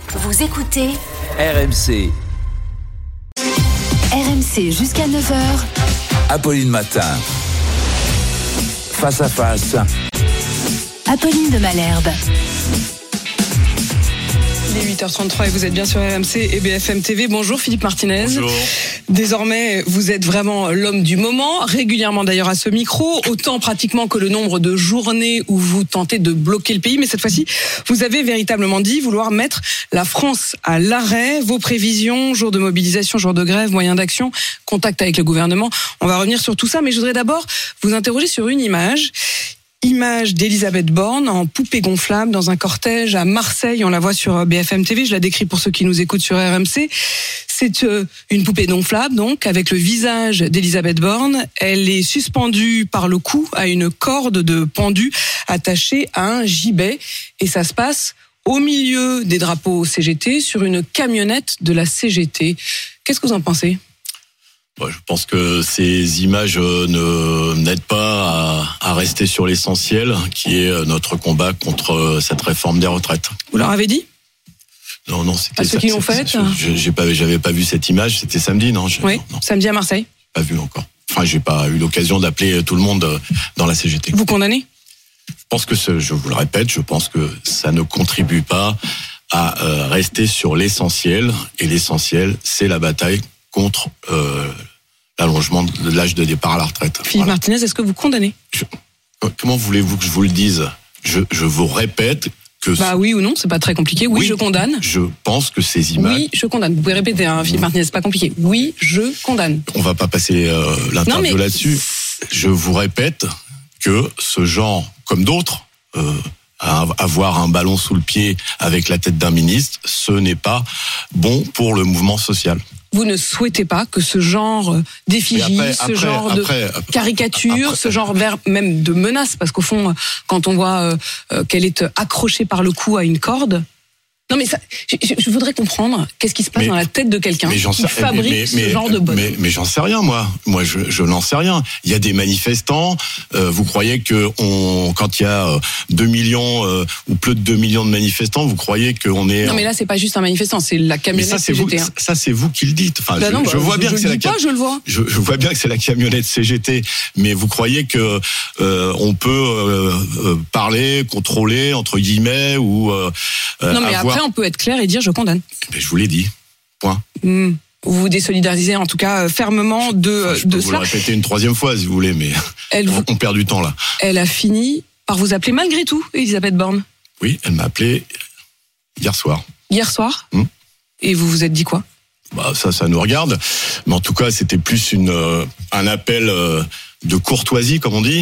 Vous écoutez RMC. RMC jusqu'à 9h. Apolline Matin. Face à face. Apolline de Malherbe. Il est 8h33 et vous êtes bien sur RMC et BFM TV. Bonjour Philippe Martinez. Bonjour. Désormais, vous êtes vraiment l'homme du moment, régulièrement d'ailleurs à ce micro, autant pratiquement que le nombre de journées où vous tentez de bloquer le pays. Mais cette fois-ci, vous avez véritablement dit vouloir mettre la France à l'arrêt. Vos prévisions, jours de mobilisation, jours de grève, moyens d'action, contact avec le gouvernement. On va revenir sur tout ça, mais je voudrais d'abord vous interroger sur une image. Image d'Elisabeth Borne en poupée gonflable dans un cortège à Marseille. On la voit sur BFM TV. Je la décris pour ceux qui nous écoutent sur RMC. C'est une poupée gonflable, donc, avec le visage d'Elisabeth Borne. Elle est suspendue par le cou à une corde de pendu attachée à un gibet. Et ça se passe au milieu des drapeaux CGT sur une camionnette de la CGT. Qu'est-ce que vous en pensez ? Je pense que ces images n'aident pas à rester sur l'essentiel, qui est notre combat contre cette réforme des retraites. Vous leur avez dit ? Non, c'était à ceux qui l'ont fait. J'avais pas vu cette image. C'était samedi, non ? Oui, non. Samedi à Marseille. Pas vu encore. Enfin, j'ai pas eu l'occasion d'appeler tout le monde dans la CGT. Vous condamnez ? Je pense que je vous le répète, je pense que ça ne contribue pas à rester sur l'essentiel. Et l'essentiel, c'est la bataille contre l'allongement de l'âge de départ à la retraite. Philippe Martinez, est-ce que vous condamnez ? Comment voulez-vous que je vous le dise ? Je vous répète que... oui ou non, c'est pas très compliqué. Oui, je condamne. Je pense que ces images... Oui, je condamne. Vous pouvez répéter, Philippe Martinez, c'est pas compliqué. Oui, je condamne. On va pas passer l'interview là-dessus. Je vous répète que ce genre, comme d'autres, avoir un ballon sous le pied avec la tête d'un ministre, ce n'est pas bon pour le mouvement social. Vous ne souhaitez pas que ce genre d'effigie, ce genre de caricature, ce genre même de menace, parce qu'au fond, quand on voit qu'elle est accrochée par le cou à une corde... Non mais ça, je voudrais comprendre qu'est-ce qui se passe dans la tête de quelqu'un qui fabrique ce genre de bonne. Mais j'en sais rien, moi je n'en sais rien. Il y a des manifestants. Vous croyez que quand il y a 2 millions ou plus de 2 millions de manifestants, vous croyez qu'on est... Non mais là c'est pas juste un manifestant, c'est la camionnette CGT. Ça c'est vous qui le dites. Enfin, je vois bien que c'est je le vois. Je vois bien que c'est la camionnette CGT, mais vous croyez que on peut parler, contrôler entre guillemets ou non mais après on peut être clair et dire je condamne. Mais je vous l'ai dit. Point. Vous vous désolidarisez en tout cas fermement de je peux cela. Vous le répéter une troisième fois si vous voulez, mais on perd du temps là. Elle a fini par vous appeler malgré tout, Elisabeth Borne. Oui, elle m'a appelé hier soir. Hier soir Et vous vous êtes dit quoi ? Ça nous regarde. Mais en tout cas, c'était plus un appel de courtoisie, comme on dit.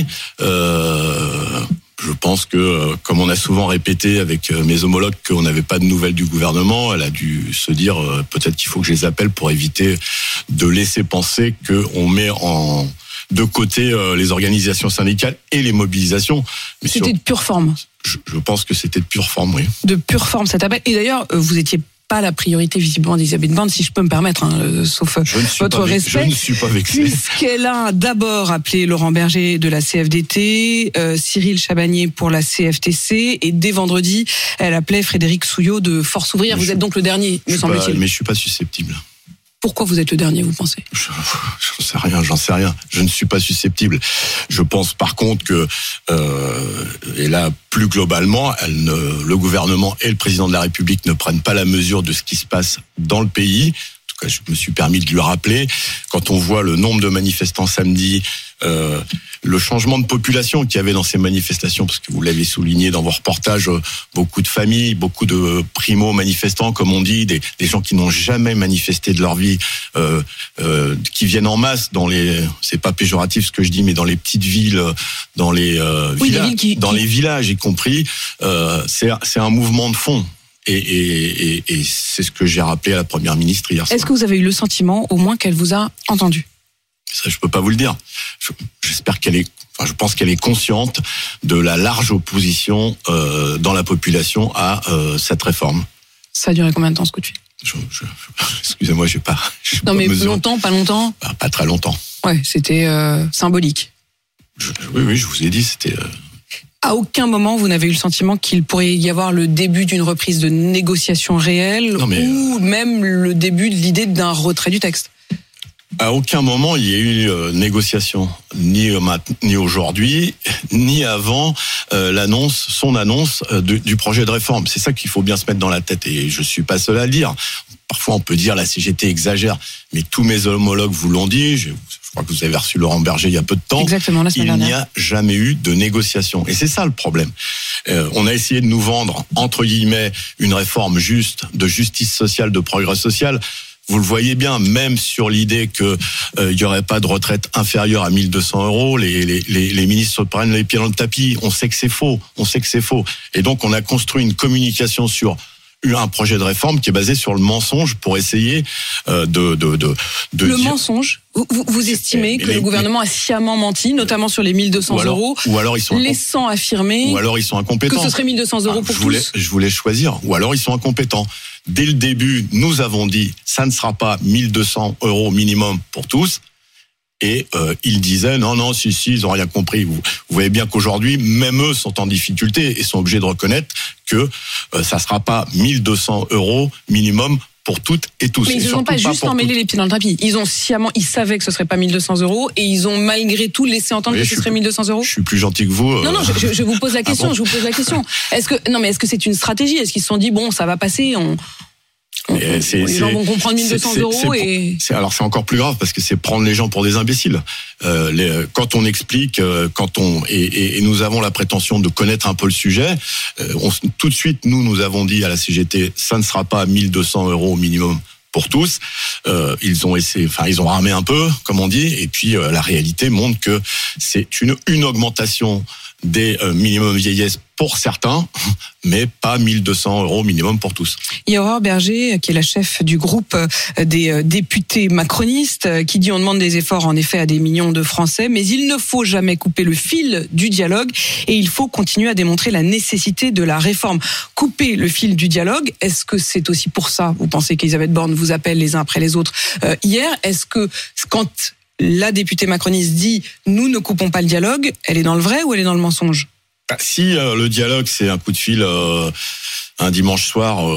Je pense que, comme on a souvent répété avec mes homologues qu'on n'avait pas de nouvelles du gouvernement, elle a dû se dire peut-être qu'il faut que je les appelle pour éviter de laisser penser qu'on met de côté les organisations syndicales et les mobilisations. Mais c'était de pure forme. Je pense que c'était de pure forme, oui. De pure forme cet appel. Et d'ailleurs, vous étiez pas la priorité visiblement d'Elisabeth Borne, si je peux me permettre, sauf votre respect. Je ne suis pas vexé. Puisqu'elle a d'abord appelé Laurent Berger de la CFDT, Cyril Chabagnier pour la CFTC, et dès vendredi, elle appelait Frédéric Souillot de Force Ouvrière. Vous êtes donc le dernier, me semble-t-il. Mais je suis pas susceptible. Pourquoi vous êtes le dernier, vous pensez ? J'en sais rien. Je ne suis pas susceptible. Je pense par contre que, et là plus globalement, le gouvernement et le président de la République ne prennent pas la mesure de ce qui se passe dans le pays. En tout cas, je me suis permis de lui rappeler. Quand on voit le nombre de manifestants samedi, le changement de population qu'il y avait dans ces manifestations, parce que vous l'avez souligné dans vos reportages, beaucoup de familles, beaucoup de primo-manifestants, comme on dit, des gens qui n'ont jamais manifesté de leur vie, qui viennent en masse dans c'est pas péjoratif ce que je dis, mais dans les petites villes, dans les les villages y compris, c'est un mouvement de fond. Et c'est ce que j'ai rappelé à la Première ministre hier soir. Est-ce que vous avez eu le sentiment, au moins, qu'elle vous a entendu ? Ça, je peux pas vous le dire. J'espère je pense qu'elle est consciente de la large opposition dans la population à cette réforme. Ça a duré combien de temps, ce coup de fil ? Excusez-moi, j'ai pas. Non, mais longtemps, pas longtemps ? Pas très longtemps. Ouais, c'était symbolique. Oui, je vous ai dit, c'était. À aucun moment, vous n'avez eu le sentiment qu'il pourrait y avoir le début d'une reprise de négociation réelle ou même le début de l'idée d'un retrait du texte? À aucun moment, il y a eu négociation, ni aujourd'hui, ni avant son annonce du projet de réforme. C'est ça qu'il faut bien se mettre dans la tête, et je suis pas seul à le dire. Parfois, on peut dire la CGT exagère, mais tous mes homologues vous l'ont dit. Je crois que vous avez reçu Laurent Berger il y a peu de temps. Exactement, la semaine dernière. Il n'y a jamais eu de négociation. Et c'est ça le problème. On a essayé de nous vendre, entre guillemets, une réforme juste, de justice sociale, de progrès social. Vous le voyez bien, même sur l'idée que il y aurait pas de retraite inférieure à 1 200 €, les ministres se prennent les pieds dans le tapis. On sait que c'est faux. Et donc, on a construit une communication sur un projet de réforme qui est basé sur le mensonge pour essayer mensonge. Vous estimez que le gouvernement a sciemment menti, notamment sur les 1 200 €, ou alors ils sont laissant affirmer ou alors ils sont incompétents. Que ce serait 1 200 € pour tous. Je voulais choisir. Ou alors ils sont incompétents. Dès le début, nous avons dit ça ne sera pas 1 200 € minimum pour tous. Et ils disaient non, si, ils n'ont rien compris. Vous voyez bien qu'aujourd'hui, même eux sont en difficulté et sont obligés de reconnaître que ça sera pas 1 200 € minimum pour toutes et tous. Mais ils n'ont pas juste emmêlé les pieds dans le tapis. Ils savaient que ce serait pas 1 200 € et ils ont malgré tout laissé entendre que ce serait 1 200 €. Je suis plus gentil que vous. Non, je vous pose la question. Est-ce que c'est une stratégie? Est-ce qu'ils se sont dit bon, ça va passer, les gens vont comprendre 1 200 € Alors c'est encore plus grave parce que c'est prendre les gens pour des imbéciles. Quand on explique, et nous avons la prétention de connaître un peu le sujet, tout de suite nous avons dit à la CGT, ça ne sera pas 1 200 € minimum pour tous. Ils ont ramé un peu, comme on dit, et puis la réalité montre que c'est une augmentation des minimums vieillesse pour certains, mais pas 1 200 € minimum pour tous. Il y a Aurore Berger, qui est la chef du groupe des députés macronistes, qui dit on demande des efforts en effet à des millions de Français, mais il ne faut jamais couper le fil du dialogue et il faut continuer à démontrer la nécessité de la réforme. Couper le fil du dialogue, est-ce que c'est aussi pour ça, vous pensez qu'Elisabeth Borne vous appelle les uns après les autres hier? Est-ce que quand la députée macroniste dit « nous ne coupons pas le dialogue », elle est dans le vrai ou elle est dans le mensonge? Si le dialogue, c'est un coup de fil un dimanche soir,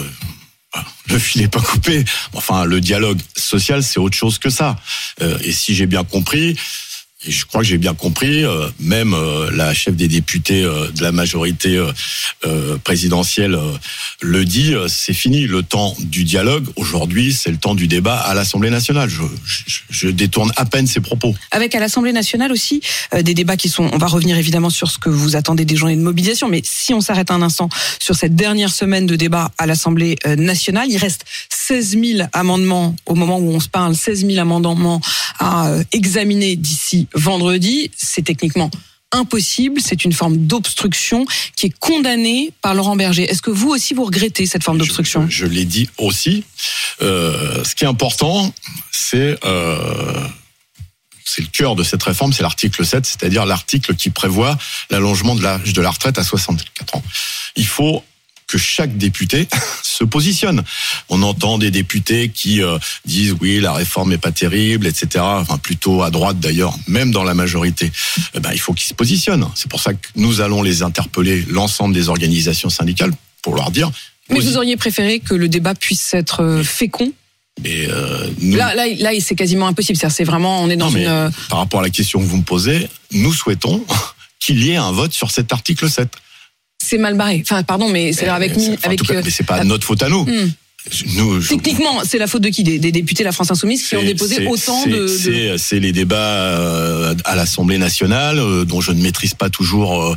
le fil n'est pas coupé. Enfin, le dialogue social, c'est autre chose que ça. Et si j'ai bien compris, et je crois que j'ai bien compris, même la chef des députés de la majorité présidentielle le dit, c'est fini le temps du dialogue. Aujourd'hui, c'est le temps du débat à l'Assemblée nationale. Je détourne à peine ces propos. Avec à l'Assemblée nationale aussi des débats qui sont... On va revenir évidemment sur ce que vous attendez des journées de mobilisation, mais si on s'arrête un instant sur cette dernière semaine de débat à l'Assemblée nationale, il reste 16 000 amendements au moment où on se parle, 16 000 amendements à examiner d'ici vendredi. C'est techniquement impossible, c'est une forme d'obstruction qui est condamnée par Laurent Berger. Est-ce que vous aussi vous regrettez cette forme d'obstruction? Je l'ai dit aussi. Ce qui est important, c'est le cœur de cette réforme, c'est l'article 7, c'est-à-dire l'article qui prévoit l'allongement de l'âge de la retraite à 64 ans. Il faut que chaque député se positionne. On entend des députés qui disent oui, la réforme n'est pas terrible, etc. Enfin, plutôt à droite d'ailleurs, même dans la majorité. Il faut qu'ils se positionnent. C'est pour ça que nous allons les interpeller, l'ensemble des organisations syndicales, pour leur dire... Mais vous auriez préféré que le débat puisse être fécond? Mais là, c'est quasiment impossible. C'est vraiment, on est dans une... Par rapport à la question que vous me posez, nous souhaitons qu'il y ait un vote sur cet article 7. C'est mal barré. Enfin, pardon, mais c'est avec... mais c'est pas notre faute à nous. Techniquement, c'est la faute de qui? Des députés de la France Insoumise qui ont déposé autant de... C'est les débats à l'Assemblée nationale, dont je ne maîtrise pas toujours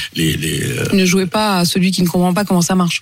Ne jouez pas à celui qui ne comprend pas comment ça marche.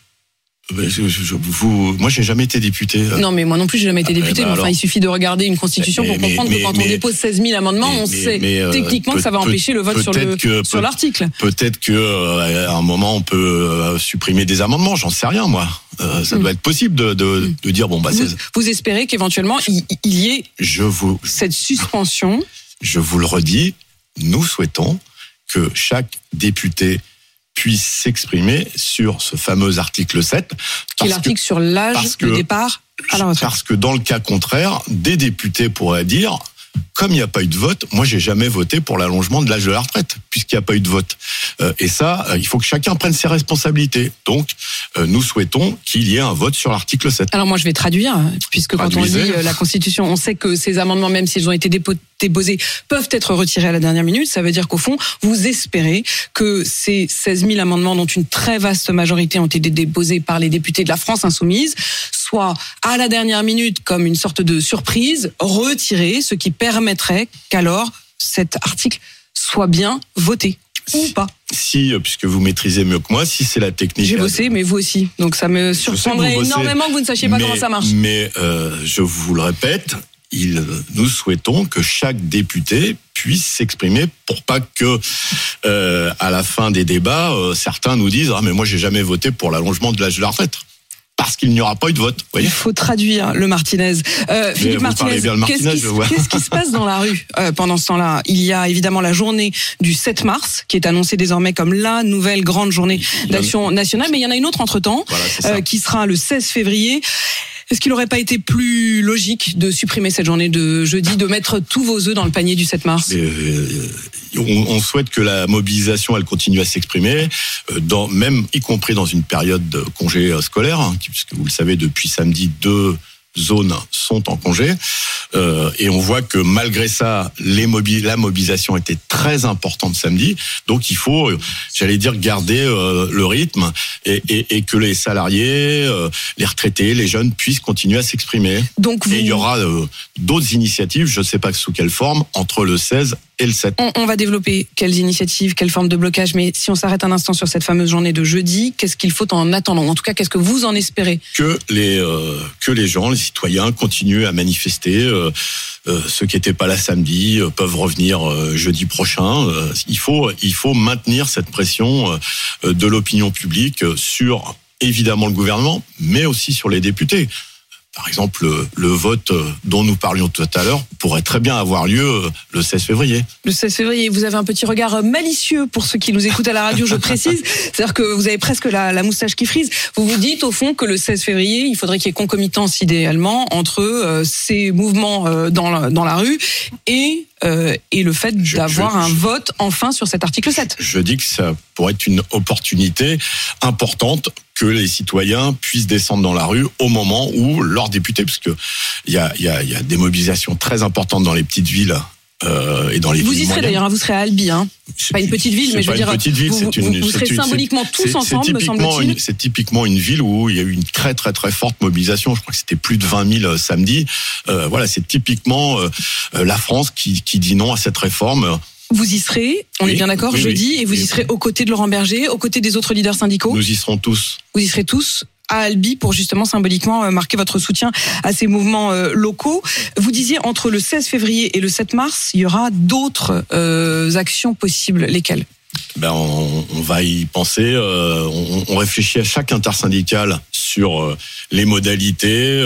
Moi, j'ai jamais été député. Non, mais moi non plus, j'ai jamais été député. Mais il suffit de regarder une constitution pour comprendre que quand on dépose 16 000 amendements, on sait techniquement que ça va empêcher le vote sur l'article. Peut-être que à un moment, on peut supprimer des amendements. J'en sais rien, moi. Ça doit être possible de dire bon vous espérez qu'éventuellement il y ait cette suspension. Je vous le redis, nous souhaitons que chaque député puisse s'exprimer sur ce fameux article 7. Qui est l'article sur l'âge de départ à la retraite. Parce que dans le cas contraire, des députés pourraient dire comme il n'y a pas eu de vote, moi j'ai jamais voté pour l'allongement de l'âge de la retraite, puisqu'il n'y a pas eu de vote. Et ça, il faut que chacun prenne ses responsabilités. Donc, nous souhaitons qu'il y ait un vote sur l'article 7. Alors moi je vais traduire, puisque quand on lit la Constitution, on sait que ces amendements, même s'ils ont été déposés, peuvent être retirés à la dernière minute. Ça veut dire qu'au fond, vous espérez que ces 16 000 amendements, dont une très vaste majorité ont été déposés par les députés de la France Insoumise, soient à la dernière minute, comme une sorte de surprise, retirés, ce qui permettrait qu'alors cet article soit bien voté. Ou pas. Si, puisque vous maîtrisez mieux que moi, si c'est la technique... J'ai bossé, mais vous aussi. Donc ça me surprendrait énormément que vous ne sachiez pas comment ça marche. Mais je vous le répète, nous souhaitons que chaque député puisse s'exprimer pour pas que, à la fin des débats, certains nous disent « Ah, mais moi, j'ai jamais voté pour l'allongement de l'âge de la retraite ». Parce qu'il n'y aura pas eu de vote. Voyez. Il faut traduire le Martinez. Philippe Martinez, qu'est-ce qui se passe dans la rue pendant ce temps-là? Il y a évidemment la journée du 7 mars, qui est annoncée désormais comme la nouvelle grande journée d'action nationale, mais il y en a une autre entre-temps, qui sera le 16 février. Est-ce qu'il n'aurait pas été plus logique de supprimer cette journée de jeudi, de mettre tous vos œufs dans le panier du 7 mars? On souhaite que la mobilisation, elle continue à s'exprimer, même y compris dans une période de congé scolaire, puisque vous le savez, depuis samedi, 2 zones sont en congé. Et on voit que malgré ça, la mobilisation était très importante samedi. Donc il faut, j'allais dire, garder le rythme et que les salariés, les retraités, les jeunes puissent continuer à s'exprimer. Donc et il y aura d'autres initiatives, je ne sais pas sous quelle forme, entre le 16 et le 7. On va développer quelles initiatives, quelle forme de blocage, mais si on s'arrête un instant sur cette fameuse journée de jeudi, qu'est-ce qu'il faut en attendant? En tout cas, qu'est-ce que vous en espérez? Que les gens, les citoyens continuent à manifester. Ceux qui n'étaient pas là samedi peuvent revenir jeudi prochain. Il faut maintenir cette pression de l'opinion publique sur, évidemment, le gouvernement, mais aussi sur les députés. Par exemple, le vote dont nous parlions tout à l'heure pourrait très bien avoir lieu le 16 février. Le 16 février, vous avez un petit regard malicieux pour ceux qui nous écoutent à la radio, je précise. C'est-à-dire que vous avez presque la moustache qui frise. Vous vous dites, au fond, que le 16 février, il faudrait qu'il y ait concomitance idéalement entre ces mouvements dans la rue et le fait d'avoir un vote enfin sur cet article 7. Je dis que ça pourrait être une opportunité importante que les citoyens puissent descendre dans la rue au moment où leurs députés, parce que il y a des mobilisations très importantes dans les petites villes et dans les villes. Vous y serez d'ailleurs, vous serez à Albi, hein. Pas une petite ville, mais je veux dire, vous serez symboliquement tous ensemble, me semble-t-il. C'est typiquement une ville où il y a eu une très très très forte mobilisation. Je crois que c'était plus de 20 000 samedi. Voilà, c'est typiquement la France qui dit non à cette réforme. Vous y serez, on est bien d'accord, jeudi, et vous y serez aux côtés de Laurent Berger, aux côtés des autres leaders syndicaux. Nous y serons tous. Vous y serez tous à Albi pour justement symboliquement marquer votre soutien à ces mouvements locaux. Vous disiez entre le 16 février et le 7 mars, il y aura d'autres actions possibles. Lesquelles? On va y penser. On réfléchit à chaque intersyndicale sur les modalités,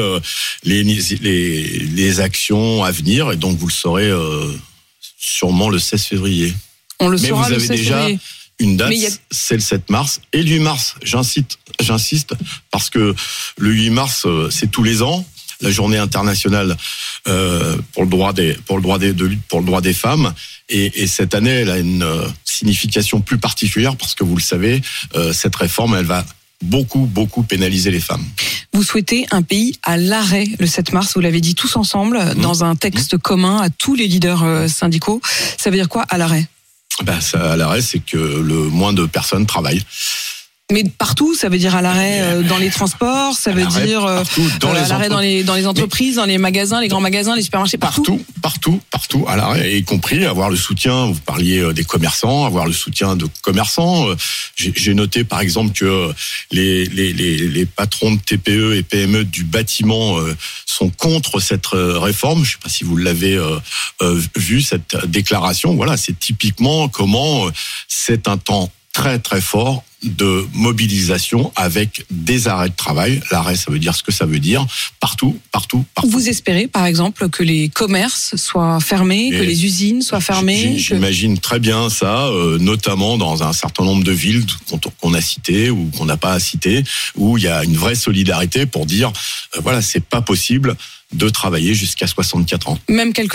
les actions à venir, et donc vous le saurez sûrement le 16 février. On le saura le 16 février. Mais vous avez déjà une date, c'est le 7 mars. Et le 8 mars, j'insiste, parce que le 8 mars, c'est tous les ans, la journée internationale pour le droit de lutte pour le droit des femmes. Et cette année, elle a une signification plus particulière, parce que vous le savez, cette réforme, elle va beaucoup pénaliser les femmes. Vous souhaitez un pays à l'arrêt le 7 mars, vous l'avez dit tous ensemble, dans un texte commun à tous les leaders syndicaux. Ça veut dire quoi, à l'arrêt? À l'arrêt, c'est que le moins de personnes travaillent. Mais partout, ça veut dire à l'arrêt dans les transports, ça veut dire à l'arrêt dans les entreprises, dans les magasins, les grands magasins, les supermarchés, partout, à l'arrêt, y compris avoir le soutien. Vous parliez des commerçants, avoir le soutien de commerçants. J'ai noté par exemple que les patrons de TPE et PME du bâtiment sont contre cette réforme. Je ne sais pas si vous l'avez vu, cette déclaration. Voilà, c'est typiquement comment c'est un temps très très fort de mobilisation avec des arrêts de travail. L'arrêt, ça veut dire ce que ça veut dire. Partout. Vous espérez, par exemple, que les commerces soient fermés, que les usines soient fermées? J'imagine très bien ça, notamment dans un certain nombre de villes qu'on a citées ou qu'on n'a pas citées, où il y a une vraie solidarité pour dire, voilà, c'est pas possible de travailler jusqu'à 64 ans. Même quelques heures?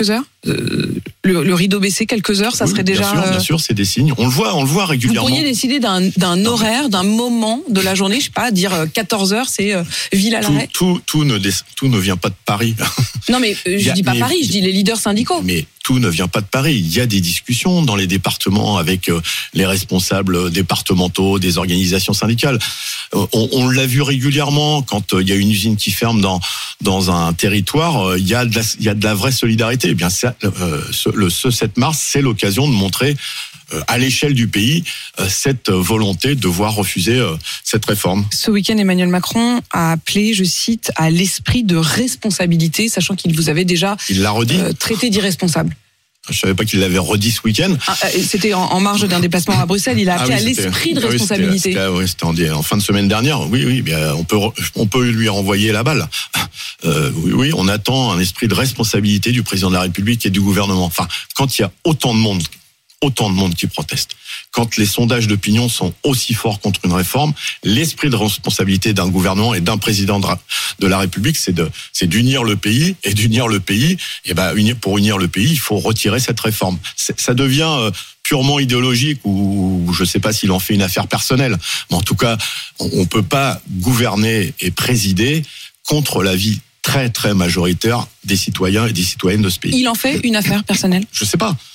le rideau baissé quelques heures, ça serait déjà... Bien sûr, c'est des signes. On le voit régulièrement. Vous pourriez décider d'un horaire, d'un moment de la journée, je sais pas, dire 14h, c'est ville à l'arrêt. Tout ne vient pas de Paris. Non, mais je dis pas Paris, je dis les leaders syndicaux. Mais tout ne vient pas de Paris. Il y a des discussions dans les départements avec les responsables départementaux, des organisations syndicales. On l'a vu régulièrement quand il y a une usine qui ferme dans un territoire. Il y a de la vraie solidarité. Eh bien, ce 7 mars, c'est l'occasion de montrer à l'échelle du pays cette volonté de voir refuser cette réforme. Ce week-end, Emmanuel Macron a appelé, je cite, à l'esprit de responsabilité, sachant qu'il vous avait déjà traité d'irresponsable. Je savais pas qu'il l'avait redit ce week-end. C'était en marge d'un déplacement à Bruxelles. Il a appelé à l'esprit de responsabilité. C'était en fin de semaine dernière. Oui, bien, on peut lui renvoyer la balle. Oui, on attend un esprit de responsabilité du président de la République et du gouvernement. Enfin, quand il y a autant de monde qui proteste, quand les sondages d'opinion sont aussi forts contre une réforme, l'esprit de responsabilité d'un gouvernement et d'un président de la République, c'est d'unir le pays. Et d'unir le pays, pour unir le pays, il faut retirer cette réforme. Ça devient purement idéologique ou je ne sais pas s'il en fait une affaire personnelle. Mais en tout cas, on ne peut pas gouverner et présider contre l'avis très très majoritaire des citoyens et des citoyennes de ce pays. Il en fait une affaire personnelle ? Je sais pas.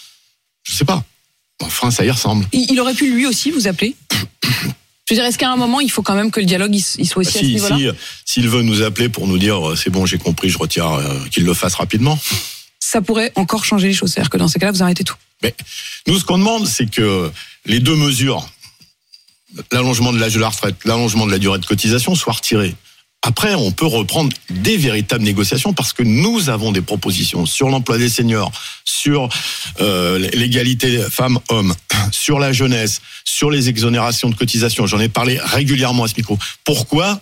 Enfin, ça y ressemble. Il aurait pu lui aussi vous appeler ? Je veux dire, est-ce qu'à un moment, il faut quand même que le dialogue il soit aussi à ce niveau-là ? S'il veut nous appeler pour nous dire c'est bon, j'ai compris, je retire, qu'il le fasse rapidement. Ça pourrait encore changer les choses. C'est-à-dire que dans ces cas-là, vous arrêtez tout. Mais nous, ce qu'on demande, c'est que les deux mesures, l'allongement de l'âge de la retraite, l'allongement de la durée de cotisation, soient retirés. Après, on peut reprendre des véritables négociations parce que nous avons des propositions sur l'emploi des seniors, sur l'égalité femmes-hommes, sur la jeunesse, sur les exonérations de cotisations. J'en ai parlé régulièrement à ce micro. Pourquoi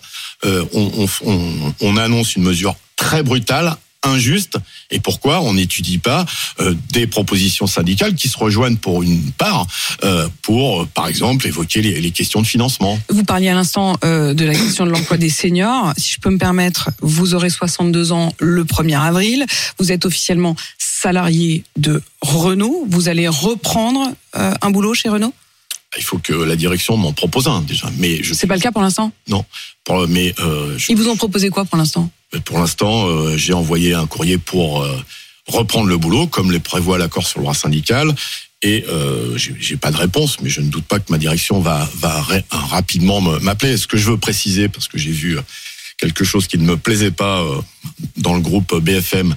on annonce une mesure très brutale, injuste, et pourquoi on n'étudie pas des propositions syndicales qui se rejoignent pour une part, pour par exemple évoquer les questions de financement. Vous parliez à l'instant de la question de l'emploi des seniors. Si je peux me permettre, vous aurez 62 ans le 1er avril. Vous êtes officiellement salarié de Renault. Vous allez reprendre un boulot chez Renault ? Il faut que la direction m'en propose un déjà. Mais c'est pas le cas pour l'instant ? Non. Ils vous ont proposé quoi pour l'instant ? Pour l'instant, j'ai envoyé un courrier pour reprendre le boulot, comme le prévoit l'accord sur le droit syndical. Et j'ai pas de réponse, mais je ne doute pas que ma direction va rapidement m'appeler. Ce que je veux préciser, parce que j'ai vu quelque chose qui ne me plaisait pas dans le groupe BFM,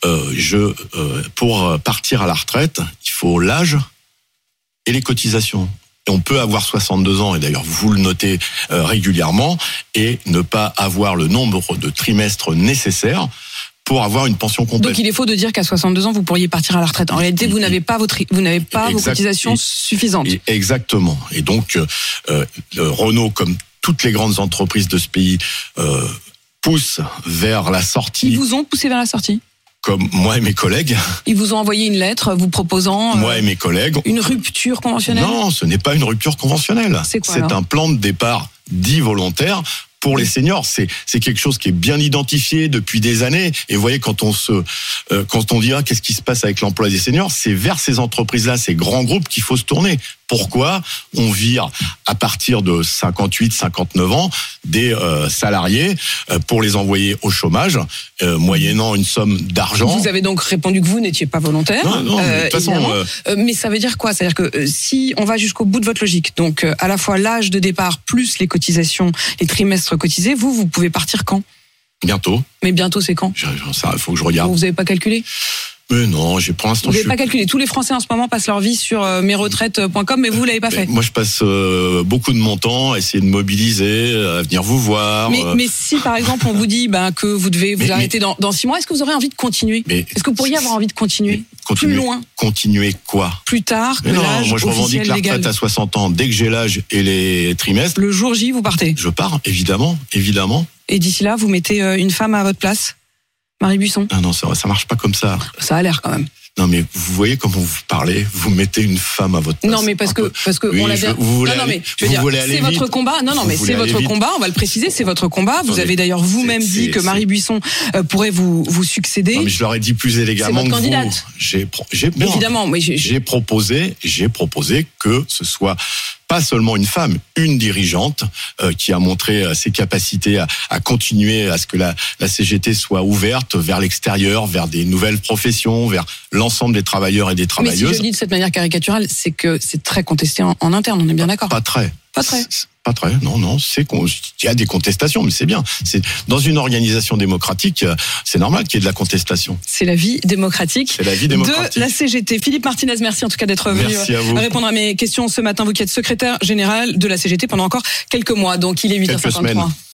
pour partir à la retraite, il faut l'âge et les cotisations. Et on peut avoir 62 ans, et d'ailleurs vous le notez régulièrement, et ne pas avoir le nombre de trimestres nécessaires pour avoir une pension complète. Donc il est faux de dire qu'à 62 ans vous pourriez partir à la retraite. En réalité, vous n'avez pas vos cotisations suffisantes. Exactement. Et donc Renault, comme toutes les grandes entreprises de ce pays, pousse vers la sortie. Ils vous ont poussé vers la sortie ? Comme moi et mes collègues. Ils vous ont envoyé une lettre vous proposant moi et mes collègues. Une rupture conventionnelle ? Non, ce n'est pas une rupture conventionnelle. C'est quoi, c'est un plan de départ dit volontaire pour les seniors. C'est quelque chose qui est bien identifié depuis des années. Et vous voyez, quand on dira qu'est-ce qui se passe avec l'emploi des seniors, c'est vers ces entreprises-là, ces grands groupes qu'il faut se tourner. Pourquoi on vire à partir de 58, 59 ans des salariés pour les envoyer au chômage, moyennant une somme d'argent. Vous avez donc répondu que vous n'étiez pas volontaire. Non, mais de toute façon. Mais ça veut dire quoi ? C'est-à-dire que si on va jusqu'au bout de votre logique, donc à la fois l'âge de départ plus les cotisations, les trimestres cotisés, vous pouvez partir quand ? Bientôt. Mais bientôt, c'est quand ? Il faut que je regarde. Vous n'avez pas calculé ? Mais non, pour l'instant. Vous n'avez pas calculé. Tous les Français en ce moment passent leur vie sur mesretraites.com, mais vous l'avez pas fait. Moi, je passe beaucoup de mon temps à essayer de mobiliser, à venir vous voir. Mais si par exemple on vous dit que vous devez vous arrêter dans 6 mois, est-ce que vous aurez envie de continuer ? Est-ce que vous pourriez avoir envie de continuer ? Plus loin ? Continuer quoi ? Plus tard que l'âge moi je revendique la retraite à 60 ans. Dès que j'ai l'âge et les trimestres. Le jour J, vous partez ? Je pars, évidemment. Et d'ici là, vous mettez une femme à votre place ? Marie Buisson ? Ah non, ça marche pas comme ça. Ça a l'air quand même. Non, mais vous voyez comment vous parlez, vous mettez une femme à votre place. Non, mais parce que Oui, on l'a bien. vous voulez non, aller- mais je veux vous dire, voulez aller c'est votre vite. combat. Non, Vous mais voulez c'est aller votre vite. combat. On va le préciser, c'est votre combat. Vous Attendez. avez d'ailleurs vous-même dit que Marie Buisson pourrait vous succéder. Non, mais je leur ai dit plus élégamment C'est votre que vous. candidate. Évidemment, mais J'ai proposé que ce soit pas seulement une femme, une dirigeante qui a montré ses capacités à continuer à ce que la CGT soit ouverte vers l'extérieur, vers des nouvelles professions, vers l'ensemble des travailleurs et des mais si travailleuses. je le dis de cette manière caricaturale, c'est que c'est très contesté en interne. On est bien d'accord. Pas très. Pas très. Pas très. Non. Il y a des contestations, mais c'est bien. C'est dans une organisation démocratique, c'est normal qu'il y ait de la contestation. C'est la vie démocratique. C'est la vie démocratique. De la CGT. Philippe Martinez, merci en tout cas d'être venu Merci à vous. répondre à mes questions ce matin. Vous qui êtes secrétaire général de la CGT pendant encore quelques mois. Donc il est 8h53. Quelques semaines.